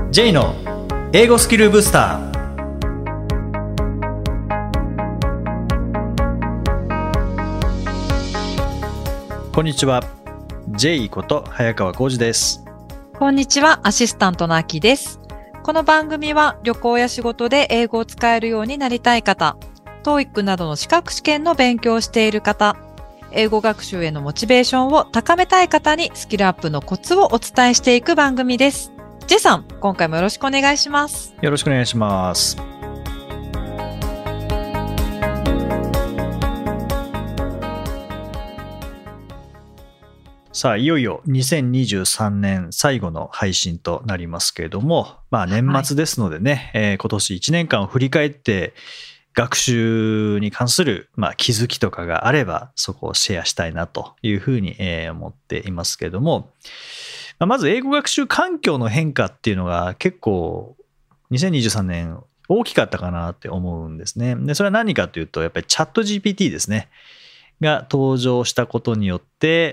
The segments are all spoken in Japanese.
J の英語スキルブスター。こんにちは、 J こと早川浩二です。 こんにちは、アシスタントのあきです。この番組は旅行や仕事で英語を使えるようになりたい方、TOEIC などの資格試験の勉強をしている方、英語学習へのモチベーションを高めたい方にスキルアップのコツをお伝えしていく番組です。J さん、今回もよろしくお願いします。 よろしくお願いします。さあ、いよいよ2023年最後の配信となりますけれども、年末ですのでね、今年1年間を振り返って学習に関する気づきとかがあれば、そこをシェアしたいなというふうに思っていますけれども、まず英語学習環境の変化っていうのが結構2023年大きかったかなって思うんですね。で、それは何かというと、やっぱりチャット GPT ですねが登場したことによって、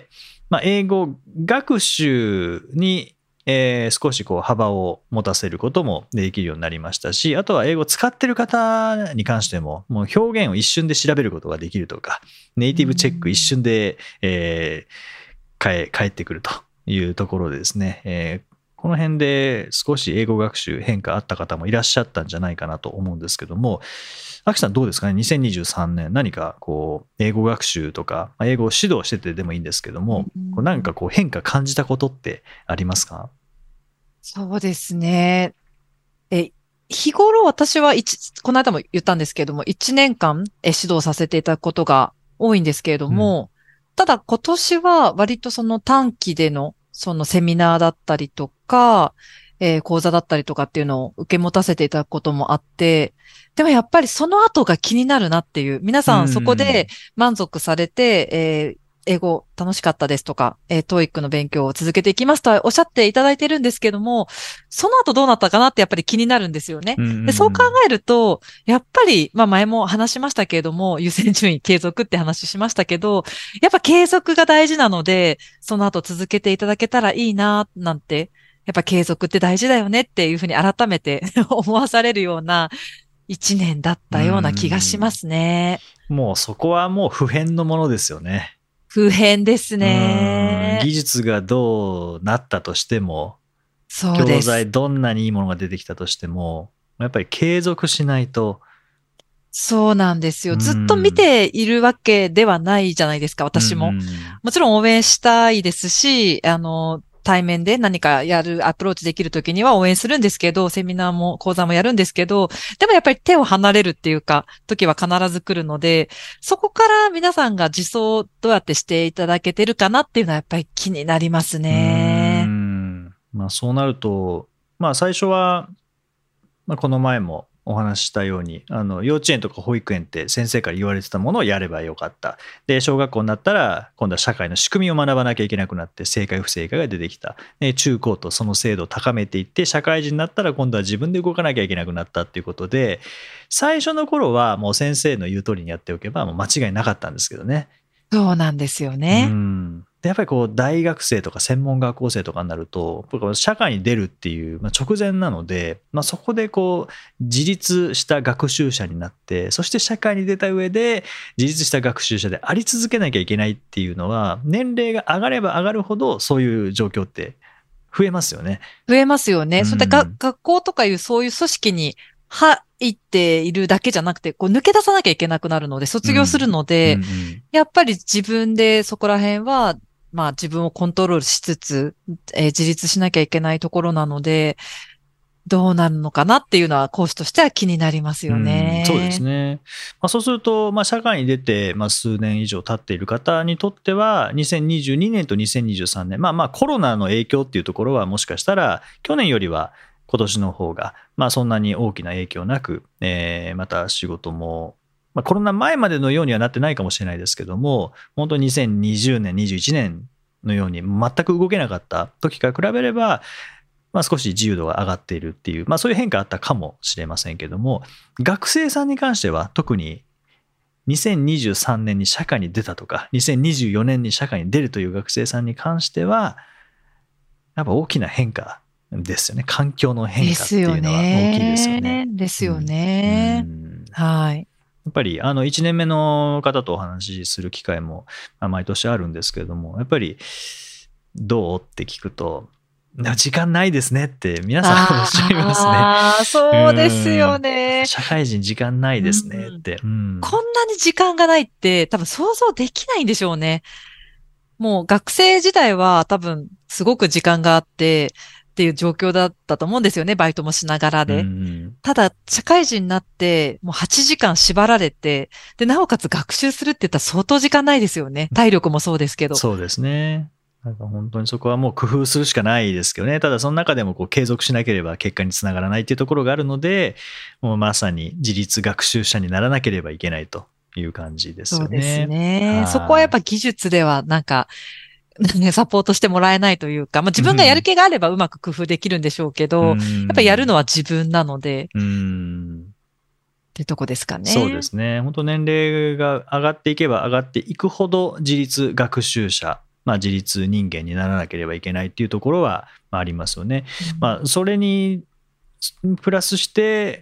英語学習に少し幅を持たせることもできるようになりましたし、あとは英語を使ってる方に関しても、もう表現を一瞬で調べることができるとか、ネイティブチェック一瞬で返ってくるというところでですね、この辺で少し英語学習変化あった方もいらっしゃったんじゃないかなと思うんですけども、アキさんどうですかね。2023年何か英語学習とか英語を指導しててでもいいんですけども、何か変化感じたことってありますか？ そうですね。日頃私はこの間も言ったんですけれども、1年間指導させていただくことが多いんですけれども、ただ今年は割とその短期でのそのセミナーだったりとか、講座だったりとかっていうのを受け持たせていただくこともあって、でもやっぱりその後が気になるなっていう、皆さんそこで満足されて、英語楽しかったですとか、TOEIC の勉強を続けていきますとおっしゃっていただいてるんですけども、その後どうなったかなってやっぱり気になるんですよね。で、そう考えると、やっぱり、前も話しましたけれども、優先順位継続って話しましたけど、やっぱ継続が大事なので、その後続けていただけたらいいな、なんて、やっぱ継続って大事だよねっていうふうに改めて思わされるような一年だったような気がしますね。 もうそこはもう不変のものですよね。 不変ですね。 技術がどうなったとしても、 そうです。 教材どんなにいいものが出てきたとしても、やっぱり継続しないと。 そうなんですよ。ずっと見ているわけではないじゃないですか、私も。もちろん応援したいですし、対面で何かやる、アプローチできるときには応援するんですけど、セミナーも講座もやるんですけど、でもやっぱり手を離れるっていうか、時は必ず来るので、そこから皆さんが自走どうやってしていただけてるかなっていうのはやっぱり気になりますね。 そうなると、最初は、この前もお話ししたように、幼稚園とか保育園って先生から言われてたものをやればよかった。で、小学校になったら、今度は社会の仕組みを学ばなきゃいけなくなって、正解不正解が出てきた。中高とその精度を高めていって、社会人になったら今度は自分で動かなきゃいけなくなったっていうことで、最初の頃はもう先生の言う通りにやっておけばもう間違いなかったんですけどね。 そうなんですよね。 でやっぱり大学生とか専門学校生とかになると社会に出るっていう直前なので、そこで自立した学習者になって、そして社会に出た上で自立した学習者であり続けなきゃいけないっていうのは、年齢が上がれば上がるほどそういう状況って増えますよね。 増えますよね。それで学校とかいうそういう組織に入っているだけじゃなくて、抜け出さなきゃいけなくなるので、卒業するので、やっぱり自分でそこら辺は、自分をコントロールしつつ、自立しなきゃいけないところなので、どうなるのかなっていうのは講師としては気になりますよね。 そうですね。そうすると、社会に出て、数年以上経っている方にとっては、2022年と2023年、コロナの影響っていうところはもしかしたら、去年よりは今年の方が、そんなに大きな影響なく、また仕事も、コロナ前までのようにはなってないかもしれないですけども、本当に2020年、21年のように全く動けなかった時から比べれば、少し自由度が上がっているっていう、そういう変化あったかもしれませんけども、学生さんに関しては特に2023年に社会に出たとか、2024年に社会に出るという学生さんに関しては、やっぱ大きな変化ですよね。環境の変化ってですよいうのは大きいですよね。 ね。ですようね。 んはい。 やっぱり1年目の方とお話しする機会も毎年あるんですけれども、やっぱりどうって聞くと、時間ないですねって皆さんおっしゃいますね。 ああ、そうですよね。 社会人時間ないですねっうん。 て。 こんなに時間がないって多分想像できないんでしょうね。もう学生時代は多分すごく時間があってっていう状況だったと思うんですよね。バイトもしながらで。ただ、社会人になって、もう8時間縛られて、で、なおかつ学習するって言ったら相当時間ないですよね。体力もそうですけど。 そうですね。なんか本当にそこはもう工夫するしかないですけどね。ただその中でも継続しなければ結果につながらないっていうところがあるので、もうまさに自立学習者にならなければいけないという感じですそうですよね。 ね。そこはやっぱ技術ではなんか、ね、サポートしてもらえないというか、まあ自分がやる気があればうまく工夫できるんでしょうけど、やっぱやるのは自分なので、ってとこですかね。 そうですね。本当年齢が上がっていけば上がっていくほど自立学習者、自立人間にならなければいけないっていうところはありますよね。それにプラスして、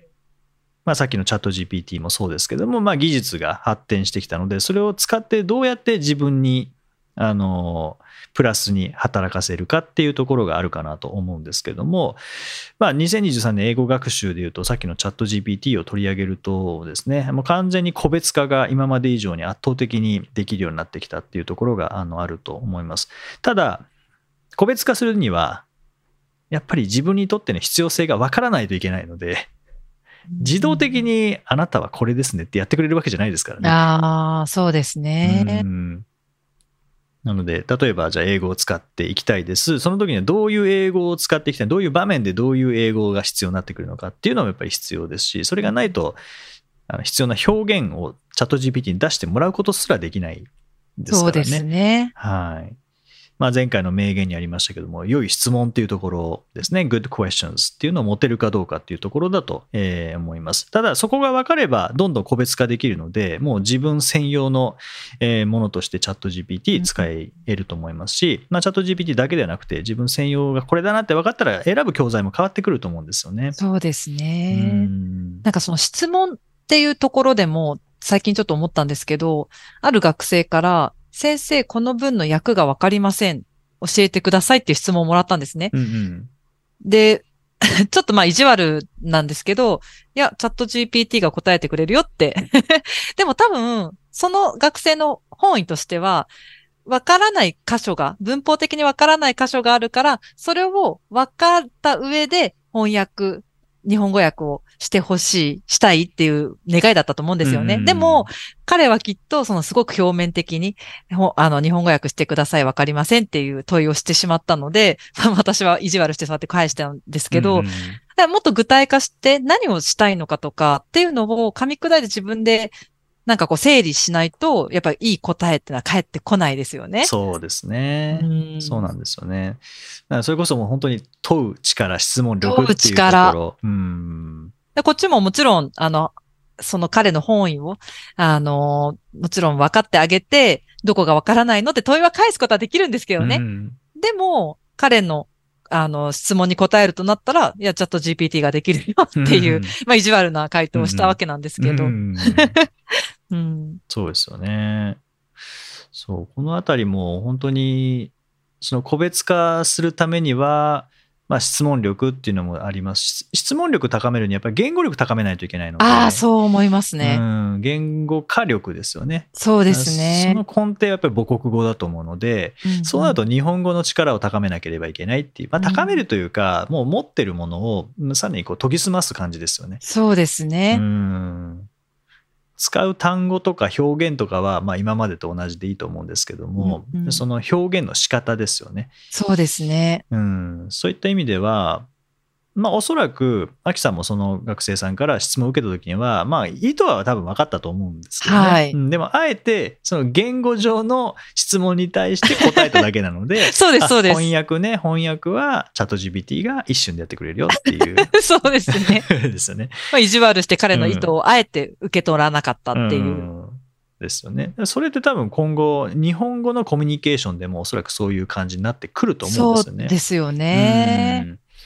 さっきのチャット GPT もそうですけども、技術が発展してきたので、それを使ってどうやって自分にプラスに働かせるかっていうところがあるかなと思うんですけども、2023年英語学習でいうと、さっきのチャット GPT を取り上げるとですね、もう完全に個別化が今まで以上に圧倒的にできるようになってきたっていうところがあると思います。ただ、個別化するには、やっぱり自分にとっての必要性がわからないといけないので、自動的にあなたはこれですねってやってくれるわけじゃないですからね。 ああ、そうですね。 なので、例えばじゃあ英語を使っていきたいです。その時にはどういう英語を使っていきたい、どういう場面でどういう英語が必要になってくるのかっていうのもやっぱり必要ですし、それがないと必要な表現をチャット GPT に出してもらうことすらできないですからね。 そうですね。 はい。前回の名言にありましたけども、良い質問っていうところですね。good questions っていうのを持てるかどうかっていうところだと思います。ただ、そこが分かれば、どんどん個別化できるので、もう自分専用のものとしてチャット GPT 使えると思いますし、チャット GPT だけではなくて、自分専用がこれだなって分かったら、選ぶ教材も変わってくると思うんですよね。 そうですね。なんかその質問っていうところでも、最近ちょっと思ったんですけど、ある学生から、先生、この文の訳がわかりません。教えてくださいっていう質問をもらったんですね。で、ちょっと意地悪なんですけど、いや、チャット GPT が答えてくれるよって。でも多分、その学生の本意としては、わからない箇所が、文法的にわからない箇所があるから、それを分かった上で翻訳、日本語訳をしてほしい、したいっていう願いだったと思うんですよね。でも、彼はきっと、すごく表面的に、日本語訳してください、わかりませんっていう問いをしてしまったので、私は意地悪してそうやって返したんですけど、もっと具体化して何をしたいのかとかっていうのを噛み砕いて自分でなんか整理しないと、やっぱりいい答えってのは返ってこないですよね。 そうですね。そうなんですよね。だからそれこそもう本当に問う力、質問力っていうところ。 でこっちももちろん、その彼の本意を、もちろん分かってあげて、どこが分からないのって問いは返すことはできるんですけどね。でも、彼の質問に答えるとなったら、いや、チャット GPT ができるよっていう、意地悪な回答をしたわけなんですけど。 そうですよね。そう、このあたりも本当に、その個別化するためには、質問力っていうのもありますし、質問力高めるにはやっぱり言語力高めないといけないので。 ああ、そう思いますね。 言語化力ですよね。 そうですね。 その根底はやっぱり母国語だと思うので、そうなると日本語の力を高めなければいけないっていう、高めるというか、もう持ってるものをさらに研ぎ澄ます感じですよね。 そうですね。 使う単語とか表現とかは、今までと同じでいいと思うんですけども、その表現の仕方ですよね。 そうですね。 そういった意味では、おそらく、アキさんもその学生さんから質問を受けたときには、意図は多分分かったと思うんですけどね。はい、でも、あえて、その言語上の質問に対して答えただけなので、 そうです、そうです。 翻訳はチャット GPT が一瞬でやってくれるよっていう。 そうですね。 ですよね。 意地悪して彼の意図をあえて受け取らなかったっていう。 ですよね。それって多分今後、日本語のコミュニケーションでもおそらくそういう感じになってくると思うんですよね。 そうですよね。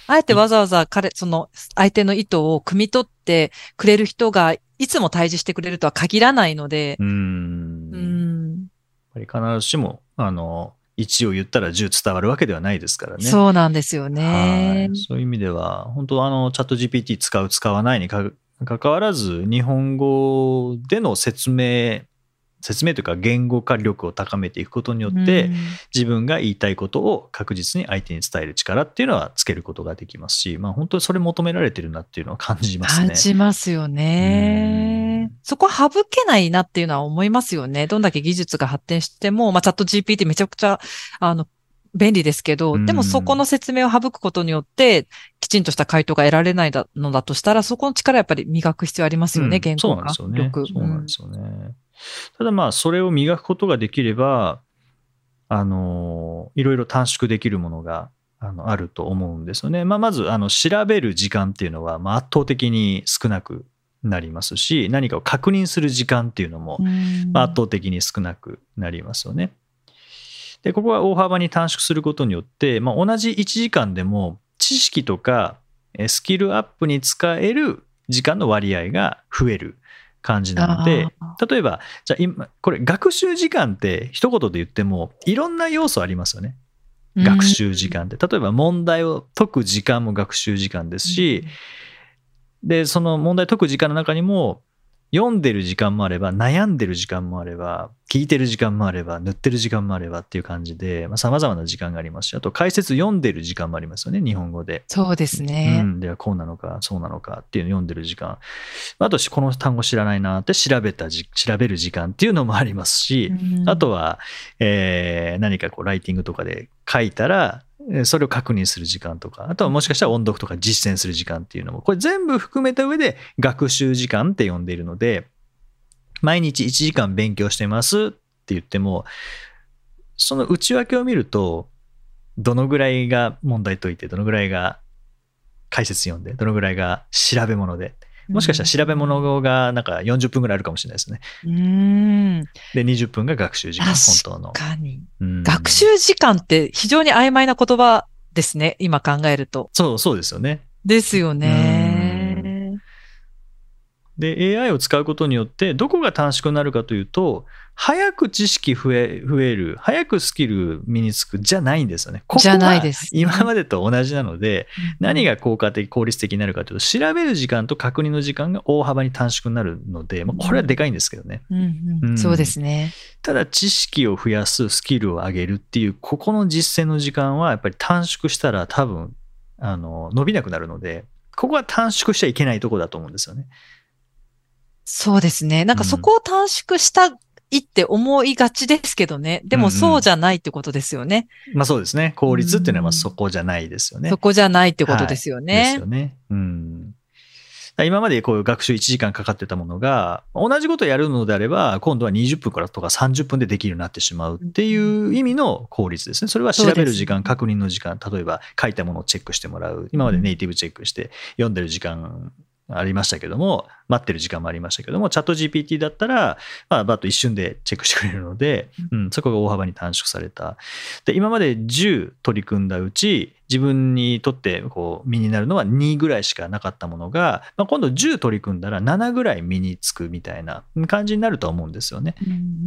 あえてわざわざその相手の意図を汲み取ってくれる人がいつも対峙してくれるとは限らないので、 やっぱり必ずしも、1を言ったら10伝わるわけではないですからね。 そうなんですよね。 そういう意味では、本当チャット GPT 使う使わないにかかわらず、日本語での説明というか言語化力を高めていくことによって、自分が言いたいことを確実に相手に伝える力っていうのはつけることができますし、本当にそれ求められてるなっていうのは感じますね。 感じますよね。そこは省けないなっていうのは思いますよね。どんだけ技術が発展しても、チャット GPT めちゃくちゃ、便利ですけど、でもそこの説明を省くことによって、きちんとした回答が得られないのだとしたら、そこの力やっぱり磨く必要ありますよね、言語化力。 そうなんですよね。ただそれを磨くことができれば、いろいろ短縮できるものがあると思うんですよね。まず調べる時間っていうのは圧倒的に少なくなりますし、何かを確認する時間っていうのも圧倒的に少なくなりますよね。で、ここは大幅に短縮することによって、同じ1時間でも知識とかスキルアップに使える時間の割合が増える感じなので、例えば、じゃあ今、これ学習時間って一言で言ってもいろんな要素ありますよね。学習時間って。例えば問題を解く時間も学習時間ですし、で、その問題解く時間の中にも、読んでる時間もあれば、悩んでる時間もあれば、聞いてる時間もあれば、塗ってる時間もあればっていう感じで、様々な時間がありますし、あと解説読んでる時間もありますよね、日本語で。 そうですね。 ではこうなのか、そうなのかっていうのを読んでる時間。あと、この単語知らないなって調べる時間っていうのもありますし、あとは、何かライティングとかで書いたら、それを確認する時間とか、あとはもしかしたら音読とか実践する時間っていうのも、これ全部含めた上で学習時間って呼んでいるので、毎日1時間勉強してますって言っても、その内訳を見ると、どのぐらいが問題解いて、どのぐらいが解説読んで、どのぐらいが調べ物で、もしかしたら調べ物がなんか40分ぐらいあるかもしれないですね。で、20分が学習時間、本当の。 確かに。学習時間って非常に曖昧な言葉ですね、今考えると。 そうですよね。 ですよね。 で、AI を使うことによって、どこが短縮になるかというと、早く知識増える、早くスキル身につくじゃないんですよね。ここは今までと同じなので、何が効率的になるかというと、調べる時間と確認の時間が大幅に短縮になるので、これはでかいんですけどね。 そうですね。 ただ、知識を増やす、スキルを上げるっていう、ここの実践の時間は、やっぱり短縮したら多分、伸びなくなるので、ここは短縮しちゃいけないところだと思うんですよね。 そうですね。なんかそこを短縮したいって思いがちですけどね。でもそうじゃないってことですよね。 そうですね。効率っていうのはそこじゃないですよね。 そこじゃないってことですよね。 ですよね。今までこういう学習1時間かかってたものが、同じことをやるのであれば、今度は20分からとか30分でできるようになってしまうっていう意味の効率ですね。それは調べる時間、確認の時間、例えば書いたものをチェックしてもらう。今までネイティブチェックして読んでる時間ありましたけども、待ってる時間もありましたけども、チャット GPT だったら、バッと一瞬でチェックしてくれるので、そこが大幅に短縮された。で、今まで10取り組んだうち、自分にとって身になるのは2ぐらいしかなかったものが、今度10取り組んだら7ぐらい身につくみたいな感じになるとは思うんですよね。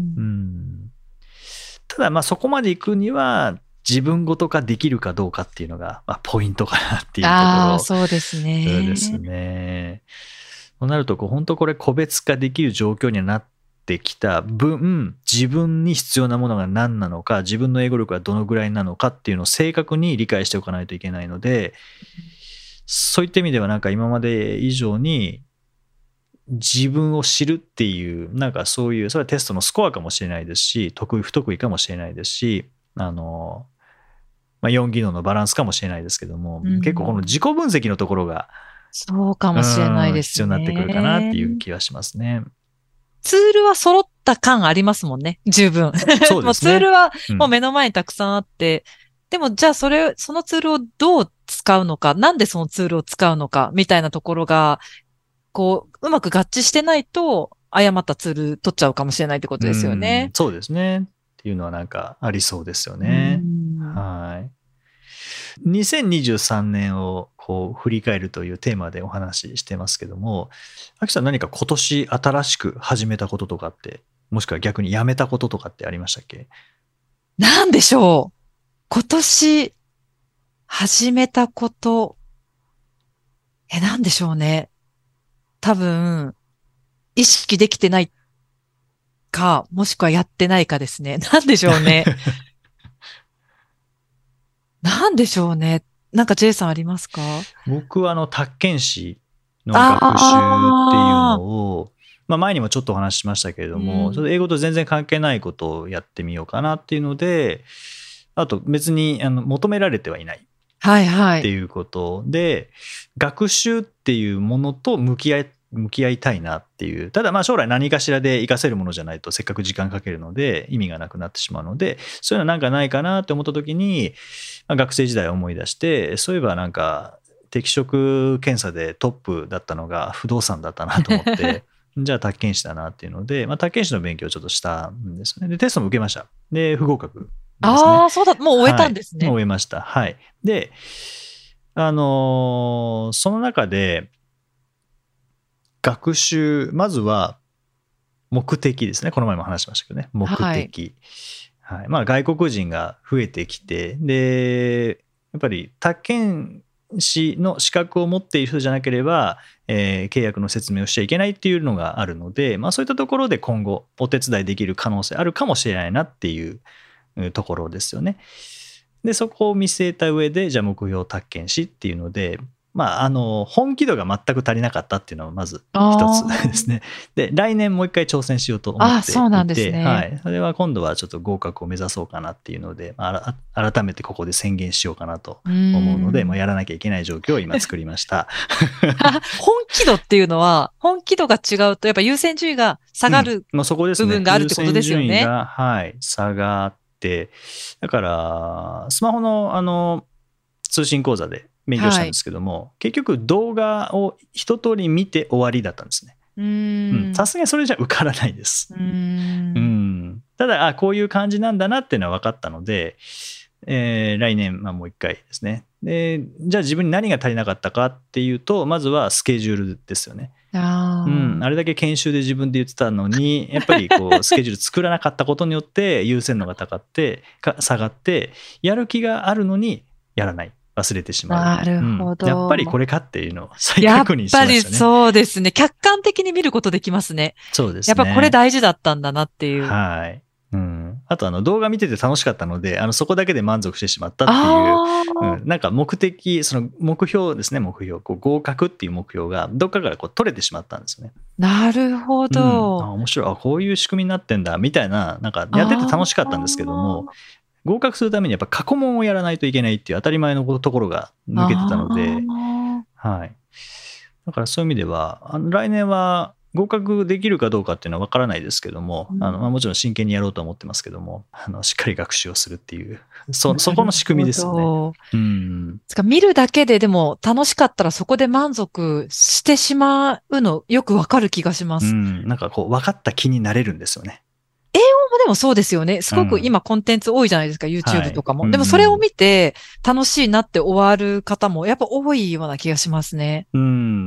ただ、そこまで行くには、自分ごと化できるかどうかっていうのが、ポイントかなっていうところ。 そうですね。 そうですね。そうなると、本当これ個別化できる状況にはなってきた分、自分に必要なものが何なのか、自分の英語力がどのぐらいなのかっていうのを正確に理解しておかないといけないので、そういった意味ではなんか今まで以上に自分を知るっていう、なんかそういう、それはテストのスコアかもしれないですし、得意不得意かもしれないですし、4技能のバランスかもしれないですけども、結構この自己分析のところが、 そうかもしれないですね。 必要になってくるかなっていう気はしますね。 ツールは揃った感ありますもんね。十分。 そうですね。 ツールはもう目の前にたくさんあって、でもじゃあそのツールをどう使うのか、なんでそのツールを使うのか、みたいなところが、うまく合致してないと、誤ったツール取っちゃうかもしれないってことですよね。 そうですね。っていうのはなんかありそうですよね。はい。 2023年をこう振り返るというテーマでお話ししてますけども、アキさん何か今年新しく始めたこととかって、もしくは逆にやめたこととかってありましたっけ？ なんでしょう。今年始めたこと、なんでしょうね。多分、意識できてないか、もしくはやってないかですね。なんでしょうね。なんでしょうね。なんか J さんありますか？ 僕は宅建士の学習っていうああのを、前にもちょっとお話ししましたけれどー、うも、ちょっとん。 英語と全然関係ないことをやってみようかなっていうので、あと別に求められてはいないっはいはい。 ていうことで、学習っていうものと向き合いたいなっていう。ただ将来何かしらで活かせるものじゃないとせっかく時間かけるので意味がなくなってしまうので、そういうのなんかないかなって思った時に、学生時代を思い出して、そういえばなんか適職検査でトップだったのが不動産だったなと思って、じゃあ宅建士だなっていうので、宅建士の勉強をちょっとしたんですよね。で、テストも受けました。で、不合格ですね。 ああ、そうだ、もう終えはい。 たんですね。 もう終えました。はい。で、その中で、学習、まずは目的ですね。この前も話しましたけどね。目はい。 的。はい。外国人が増えてきて、で、やっぱり宅建士の資格を持っている人じゃなければ、契約の説明をしちゃいけないっていうのがあるので、そういったところで今後お手伝いできる可能性あるかもしれないなっていうところですよね。で、そこを見据えた上で、じゃあ目標宅建士っていうので、本気度が全く足りなかったっていうのはまず一つであすね。で、来年もう一回挑戦しようと思っあ、ああ、そうなんですていて、はね。 い。それは今度はちょっと合格を目指そうかなっていうので、改めてここで宣言しようかなとうー思うので、 ん。 やらなきゃいけない状況を今作りました。 本気度っていうのは、本気度が違うと、やっぱ優先順位が下うん。 がるもうそこですね。 部分があるっ優てことで先順位すよね。 が、はい、下がって、だから、スマホの通信講座で勉強したんではい。 すけども、結局動画を一通り見て終わりだったんですね。 ううん。 ーん。 さすがにそれじゃ受からないです。 うーうん。 ん。ただ、こういう感じなんだなっていうのは分かったので、来年、もう一回ですね。で、じゃあ自分に何が足りなかったかっていうと、まずはスケジュールですよね。うん、 ああれだけ研修で自分で言ってたのに、やっぱりスケジュール作らなかったことによって優先度が下がって、やる気があるのにやらない。忘れてしあ、 まう。 なるうん。 ほやっぱりこど。 れかっていうのを再やっ確認しぱりましたね。 そうですね。客観的に見ることできますね。 そうでやっぱこれすね。 大事だったんだなっていう。 はい。うん。あと動画見てて楽しかったので、そこだけで満足してしまったっていう、 ああ、 なんか目的、その目標ですね、目標。合格っていう目標がどっかから取れてしまったんですよね。 なるほうん。 ど。 面白い。こういう仕組みになってんだ、みたいな、なんかやっててあ楽しかったんですけども、 あ、 合格するためにやっぱ過去問をやらないといけないっていう当たり前のところが抜けてたあので、 あ、 はい。だからそういう意味では、来年は合格できるかどうかっていうのは分からないですけども、 うん、 もちろん真剣にやろうと思ってますけども、しっかり学習をするっていう、そなるこの仕組みほですよね。 ど。 うん。 見るだけででも楽しかったらそこで満足してしまうのよくわかる気がします。 うん。なんか分かった気になれるんですよね。 英語もでもそうですよね。すごくうん。 今コンテンツ多いじゃないですか、 は YouTube とい。 かも。 うんうでもそれをん。 見て楽しいなって終わる方もやっぱ多いような気がしますね。 うん。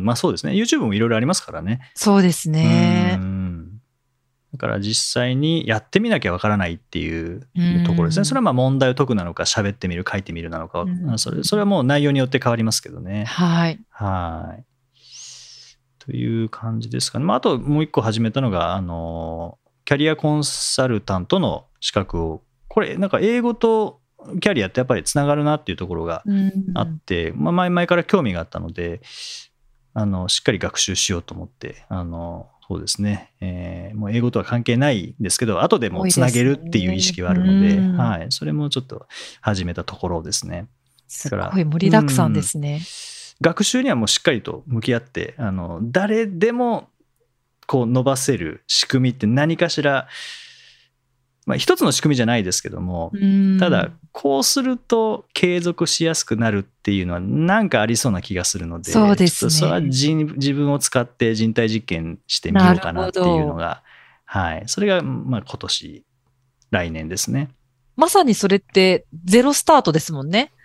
そうですね。YouTube もいろいろありますからね。 そうですうね。 ん。だから実際にやってみなきゃわからないっていううところですね。そん。 れは問題を解くなのか、喋ってみる、書いてみるなのか、 うん。 それはもう内容によって変わりますけどね。 はい。 はい。という感じですかね。あともう一個始めたのが、キャリアコンサルタントの資格を、これなんか英語とキャリアってやっぱりつながるなっていうところがうあっん。 て、前々から興味があったので、しっかり学習しようと思って、そうですね、もう英語とは関係ないんですけど、後でもうつなげ多いでするっていう意ね。 識はうあるので、 ん。 はい、それもちょっと始めたところですね。だから、 すごい盛りうだくさんでん、 すね。 学習にはもうしっかりと向き合って、誰でも伸ばせる仕組みって何かしら、一つの仕組みじゃないですけども、 うただん。 こうすると継続しやすくなるっていうのはなんかありそうな気がするので、 そうでちょっとそれはすね。 自分を使って人体実験してみようなるほかなっていうのど。 が、はい、それが今年来年ですね。 まさにそれってゼロスタートですもんね。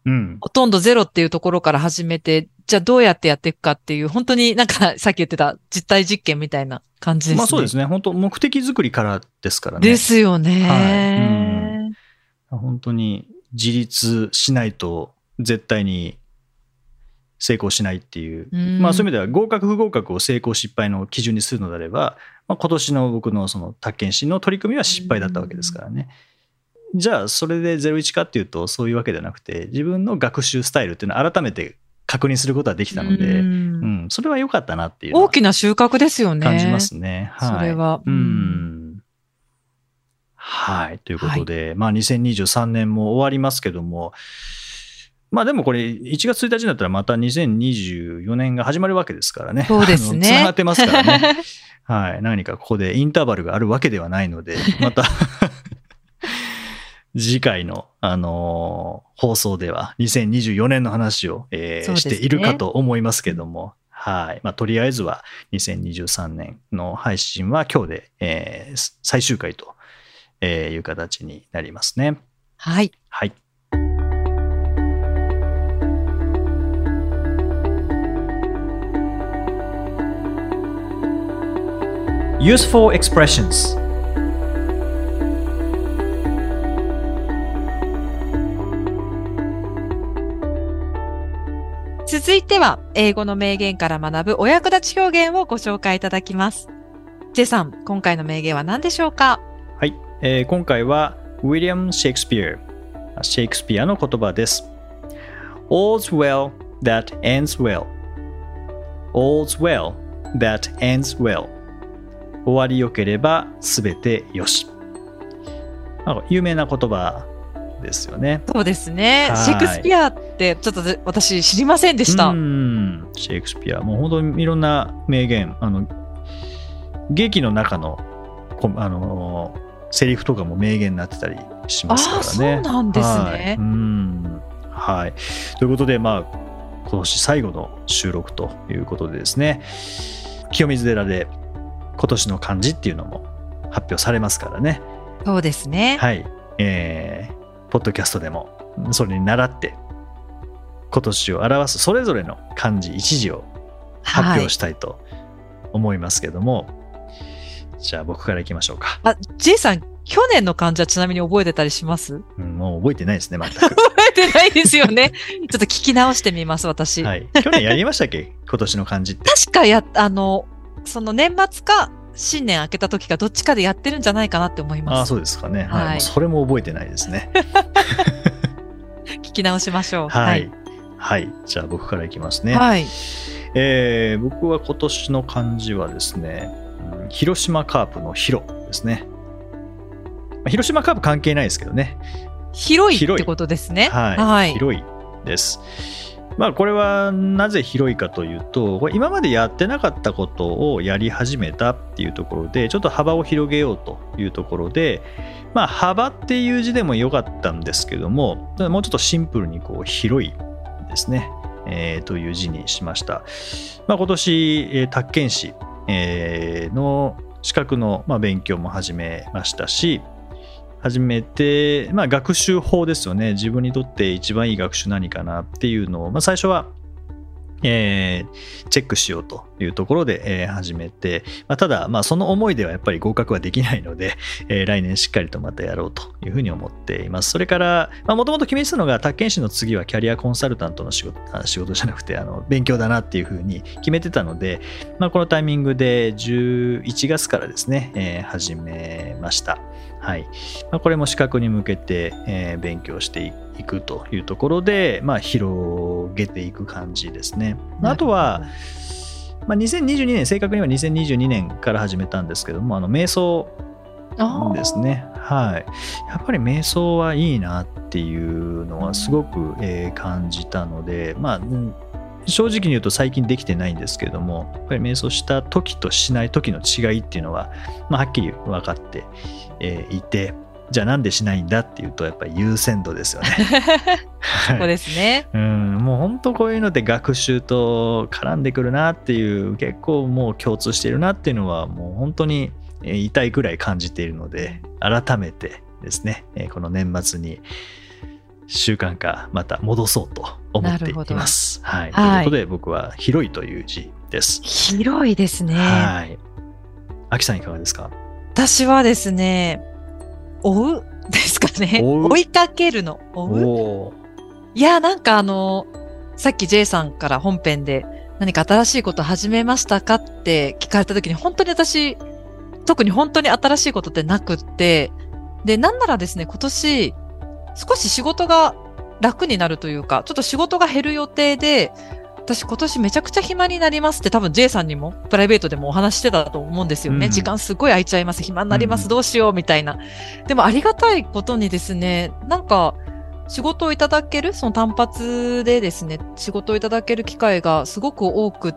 うん。 ほとんどゼロっていうところから始めて、じゃあどうやってやっていくかっていう、本当になんかさっき言ってた実体実験みたいな感じですね。 まあそうですね。本当目的作りからですからね。 ですよはい。 ね。 本当に自立しないと絶対に成功しないっていう、まあそういう意味では合格不合格を成功失敗の基準にするのであれば、まあ、今年の僕のその宅建士の取り組みは失敗だったわけですからね。じゃあそれで01かっていうとそういうわけではなくて、自分の学習スタイルっていうのを改めて確認することができたので、それは良かったなっていう大きな収穫ですよね。 感じますね。はい。 それは。 はい。ということで、まあ2023年も終わりますけども、まあでもこれ1月1日になったらまた2024年が始まるわけですからね。 そうですね。 つながってますからね。はい。何かここでインターバルがあるわけではないので、また次回の、放送では2024年の話を、しているかと思いますけども、はい。まあとりあえずは2023年の配信は今日で、最終回という形になりますね。 はい。 はい。Useful expressions。 続いては、英語の名言から学ぶお役立ち表現をご紹介いただきます。J さん、今回の名言は何でしょうか？ はい、今回はウィリアム・シェイクスピア、シェイクスピアの言葉です。All's well that ends well. All's well that ends well. 終わりよければすべてよし。有名な言葉ですよね。 そうですね。シェイクスピアってちょっと私知りませんでした。 シェイクスピア、もう本当にいろんな名言、劇の中のセリフとかも名言になってたりしますからね。 そうなんですね。 はい。ということで、まあ今年最後の収録ということでですね、清水寺で今年の漢字っていうのも発表されますからね。 そうですね。 はい。ポッドキャストでもそれに倣って今年を表すそれぞれの漢字一字を発表したいと思いますけども、じゃあ僕からいきましょうか。 J さん、去年の漢字はちなみに覚えてたりします？ もう覚えてないですね、全く。 覚えてないですよね。ちょっと聞き直してみます、私。 はい。去年やりましたっけ？今年の漢字って。 確かその年末か新年明けた時かどっちかでやってるんじゃないかなって思います。 そうですかね。はい。もうそれも覚えてないですね。 聞き直しましょう。 はい。はい。じゃあ僕からいきますね。 はい。 僕は今年の漢字はですね、広島カープの広ですね。広島カープ関係ないですけどね。 広いってことですね。 はい。広いです。まあこれはなぜ広いかというと、これ今までやってなかったことをやり始めたっていうところで、ちょっと幅を広げようというところで、まあ幅っていう字でもよかったんですけども、もうちょっとシンプルにこう広いですね、という字にしました。まあ今年宅建士の資格の勉強も始めましたし、始めて、学習法ですよね。自分にとって一番いい学習何かなっていうのを、最初は、チェックしようというところで、始めて、ただ、その思いではやっぱり合格はできないので、来年しっかりとまたやろうというふうに思っています。それから、もともと決めてたのが、宅建士の次はキャリアコンサルタントの仕事じゃなくて、勉強だなっていうふうに決めてたので、このタイミングで11月からですね、始めました。はい。これも資格に向けて、勉強していくというところで、広げていく感じですね。あとは、2022年、正確には2022年から始めたんですけども、瞑想ですね。はい。やっぱり瞑想はいいなっていうのはすごく、感じたので、正直に言うと最近できてないんですけれども、やっぱり瞑想した時としない時の違いっていうのは、はっきり分かっていて、じゃあなんでしないんだっていうと、やっぱり優先度ですよね。 そうですね。 もう本当こういうので学習と絡んでくるなっていう、結構もう共通しているなっていうのはもう本当に痛いくらい感じているので、改めてですね、この年末に習慣化また戻そうと思っています。はい。ということで僕は広いという字です。 広いですね。 はい。あきさんいかがですか？ 私はですね、追うですかね。追いかけるの。追う。いや、なんかさっき J さんから本編で何か新しいこと始めましたかって聞かれた時に本当に私、特に本当に新しいことってなくって、で、なんならですね、今年少し仕事が楽になるというか、ちょっと仕事が減る予定で、私今年めちゃくちゃ暇になりますって多分 J さんにもプライベートでもお話してたと思うんですよね。時間すごい空いちゃいます。暇になります。どうしようみたいな。でもありがたいことにですね、なんか仕事をいただける、その単発でですね、仕事をいただける機会がすごく多くって、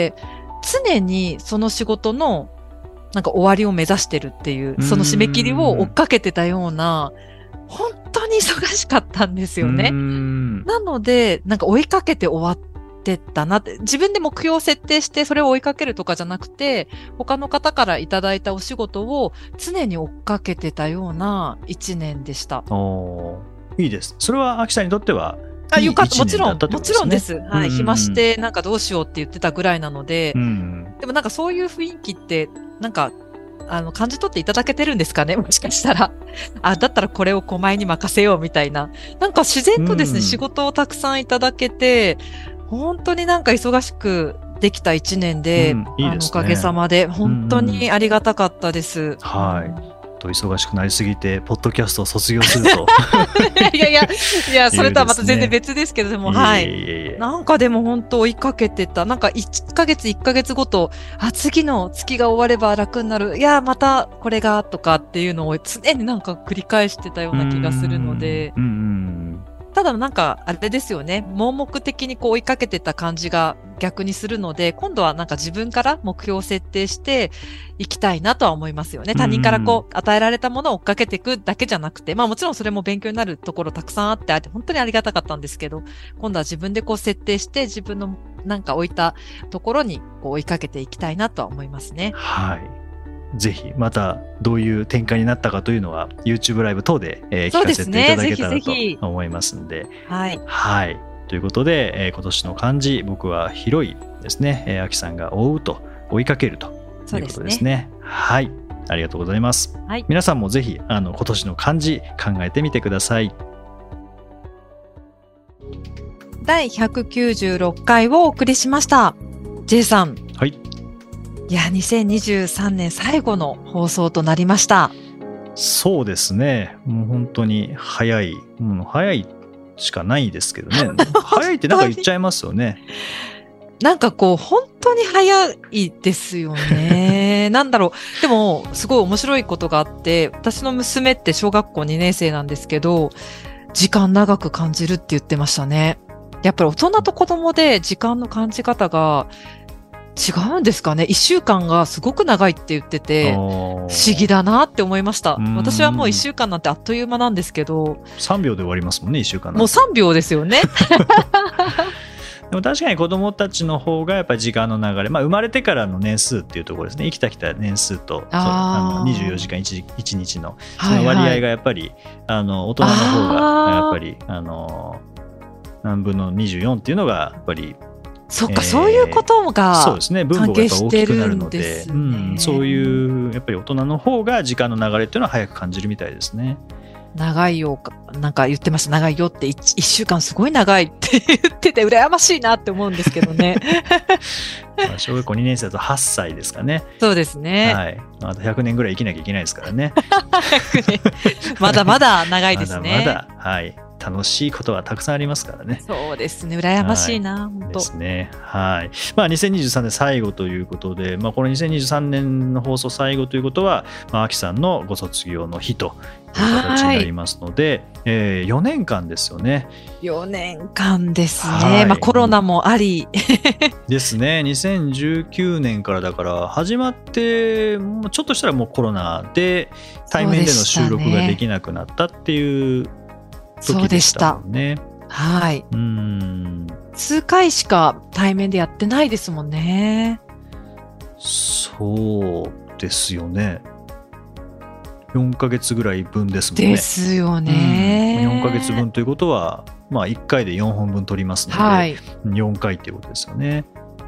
常にその仕事のなんか終わりを目指してるっていう、その締め切りを追っかけてたような、本当に忙しかったんですよね。なので、なんか追いかけて終わってたなって、自分で目標を設定してそれを追いかけるとかじゃなくて、他の方からいただいたお仕事を常に追っかけてたような一年でした。 いいです。それは秋さんにとってはよかった。もちろんです。はい。暇してなんかどうしようって言ってたぐらいなので、でもなんかそういう雰囲気って、なんか、感じ取っていただけてるんですかね、もしかしたら。だったらこれを狛江に任せようみたいな。なんか自然とですね、仕事をたくさんいただけて、本当になんか忙しくできた一年で、いいですね、おかげさまで、本当にありがたかったです。 はい。忙しくなりすぎてポッドキャストを卒業するといやそれとはまた全然別ですけど、でもはいなんかでも本当追いかけてた。なんか1ヶ月ごと次の月が終われば楽になる、いやまたこれがとかっていうのを常になんか繰り返してたような気がするので、ただなんかあれですよね、盲目的にこう追いかけてた感じが逆にするので、今度はなんか自分から目標を設定していきたいなとは思いますよね。他人からこう与えられたものを追っかけていくだけじゃなくて、まあもちろんそれも勉強になるところたくさんあって本当にありがたかったんですけど、今度は自分でこう設定して自分のなんか置いたところにこう追いかけていきたいなとは思いますね。 はい。ぜひまたどういう展開になったかというのは YouTube ライブ等で、聞かせていただけたらと思いますので、 はい、 はい、ということで、今年の漢字僕は広いですね、秋さんが追うと追いかけるということですね。はい、ありがとうございます。はい、皆さんもぜひ今年の漢字考えてみてください。 第196回をお送りしました。 J さん、 はい、 いや、2023年最後の放送となりました。 そうですね。もう本当に早いしかないですけどね。早いってなんか言っちゃいますよね。 なんかこう、本当に早いですよね。なんだろう。でも、すごい面白いことがあって、私の娘って小学校2年生なんですけど、時間長く感じるって言ってましたね。やっぱり大人と子供で時間の感じ方が違うんですかね。1週間がすごく長いって言ってて、不思議だなって思いました。私はもう1週間なんてあっという間なんですけど。 3秒で終わりますもんね、1週間なんて。 もう3秒ですよね。 でも確かに子どもたちの方がやっぱり時間の流れ、生まれてからの年数っていうところですね。生きた年数と24時間 1日のその割合がやっぱり、大人の方がやっぱり何分の24っていうのがやっぱりそっか、そういうことがそうですね、分母がやっぱ大きくなるので、そういうやっぱり大人の方が時間の流れっていうのは早く感じるみたいですね。 長いよ、なんか言ってました。長いよって 1週間すごい長いって言ってて羨ましいなって思うんですけどね。 小学校2年生だと8歳ですかね。 そうですね。 はい。あと100年ぐらい生きなきゃいけないですからね。 100年。まだまだ長いですね。 まだまだ、はい。楽しいことはたくさんありますからね。 そうですね。羨ましいな、本当ですね。はい。2023年最後ということで、この2023年の放送最後ということは、秋さんのご卒業の日という形になりますので、4年間ですよね。 4年間ですね。コロナもあり。 ですね。2019年からだから始まってもうちょっとしたらもうコロナで対面での収録ができなくなったっていう時でしたもんね。 はい。数回しか対面でやってないですもんね。 そうですよね。 4ヶ月ぐらい分ですもんね。 ですよね。 4ヶ月分ということは、1回で4本分取りますので、 はい、 4回っていうことですよね。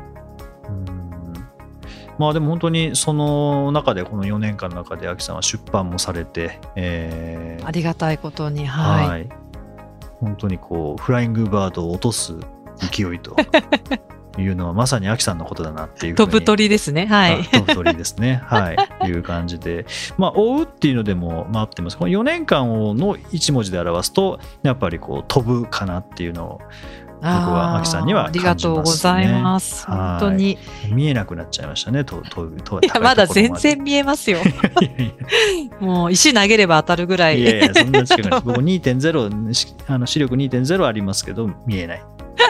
でも本当にその中で、この4年間の中で、アキさんは出版もされて、 ありがたいことに、 はい、本当にこうフライングバードを落とす勢いというのはまさにアキさんのことだなっていうふうに。 飛ぶ鳥ですね。はい。 飛ぶ鳥ですね。はい。いう感じで。追うっていうのでも合ってます。この4年間をの1文字で表すと、やっぱりこう飛ぶかなっていうのを、僕はアキさんには感じますね。 ありがとうございます。本当に。 見えなくなっちゃいましたね。飛ぶ。 いや、まだ全然見えますよ。もう石投げれば当たるぐらい。 いやいや、そんな近くない。僕2.0、視力 2.0 ありますけど、見えない。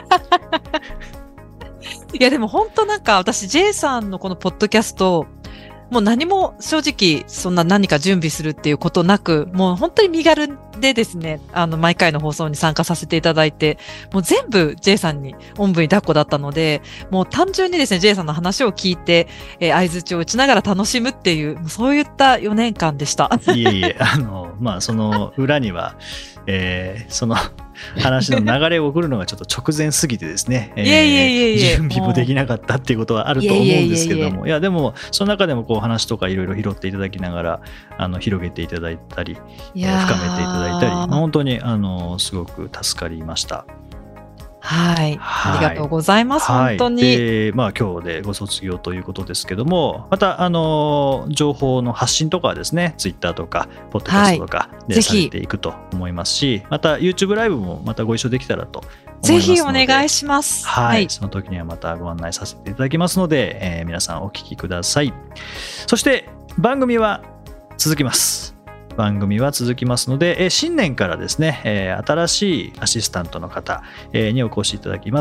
いやでも本当なんか私 J さんのこのポッドキャストもう何も正直そんな何か準備するっていうことなく、もう本当に身軽でですね、毎回の放送に参加させていただいて、もう全部 J さんにおんぶに抱っこだったので、もう単純にですね J さんの話を聞いて、相槌を打ちながら楽しむっていう、そういった4年間でした。 いえいえ、その裏には、その話の流れを送るのがちょっと直前すぎてですね、準備もできなかったっていうことはあると思うんですけども、いやでもその中でもこう話とかいろいろ拾っていただきながら広げていただいたり、深めていただいたり、本当にすごく助かりました。 はい、ありがとうございます。本当に。 で、今日でご卒業ということですけども、また情報の発信とかはですね、ツイッターとかポッドキャストとかでされていくと思いますし、また YouTube ライブもまたご一緒できたらと思いますので、 ぜひお願いします。 はい、その時にはまたご案内させていただきますので、皆さんお聞きください。そして番組は続きます。番組は続きますので、新年からですね、新しいアシスタントの方にお越しいただきます。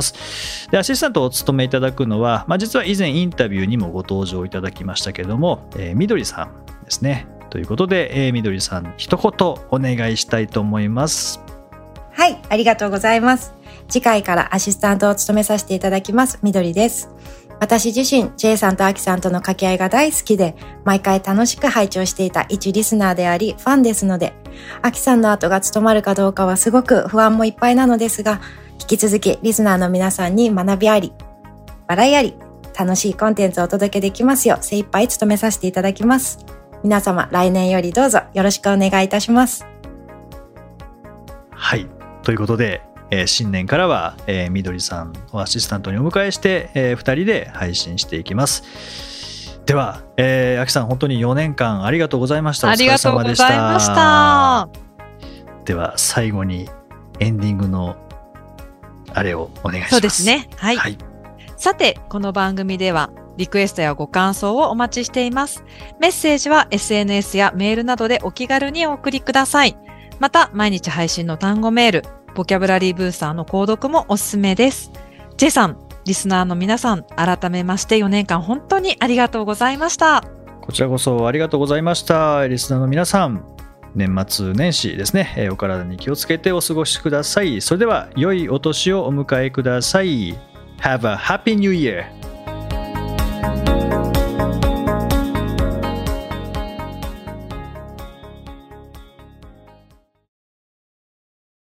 で、アシスタントをお務めいただくのは、実は以前インタビューにもご登場いただきましたけども、みどりさんですね。ということで、みどりさん一言お願いしたいと思います。 はい、ありがとうございます。次回からアシスタントを務めさせていただきますみどりです。私自身 J さんとアキさんとの掛け合いが大好きで、毎回楽しく拝聴していた一リスナーでありファンですので、アキさんの後が務まるかどうかはすごく不安もいっぱいなのですが、引き続きリスナーの皆さんに学びあり、笑いあり、楽しいコンテンツをお届けできますよう精一杯務めさせていただきます。皆様来年よりどうぞよろしくお願いいたします。 はい、ということで、新年からは、みどりさんをアシスタントにお迎えして、2人で配信していきます。では、アキさん本当に4年間ありがとうございました。お疲れ様でした。 ありがとうございました。 では最後にエンディングのあれをお願いします。 そうですね。はい。はい、さて、この番組ではリクエストやご感想をお待ちしています。メッセージは SNS やメールなどでお気軽にお送りください。また、毎日配信の単語メール、ボキャブラリーブースターの購読もおすすめです。J さん、リスナーの皆さん、改めまして4年間本当にありがとうございました。 こちらこそありがとうございました。リスナーの皆さん、年末年始ですね、お体に気をつけてお過ごしください。それでは良いお年をお迎えください。Have a happy new year!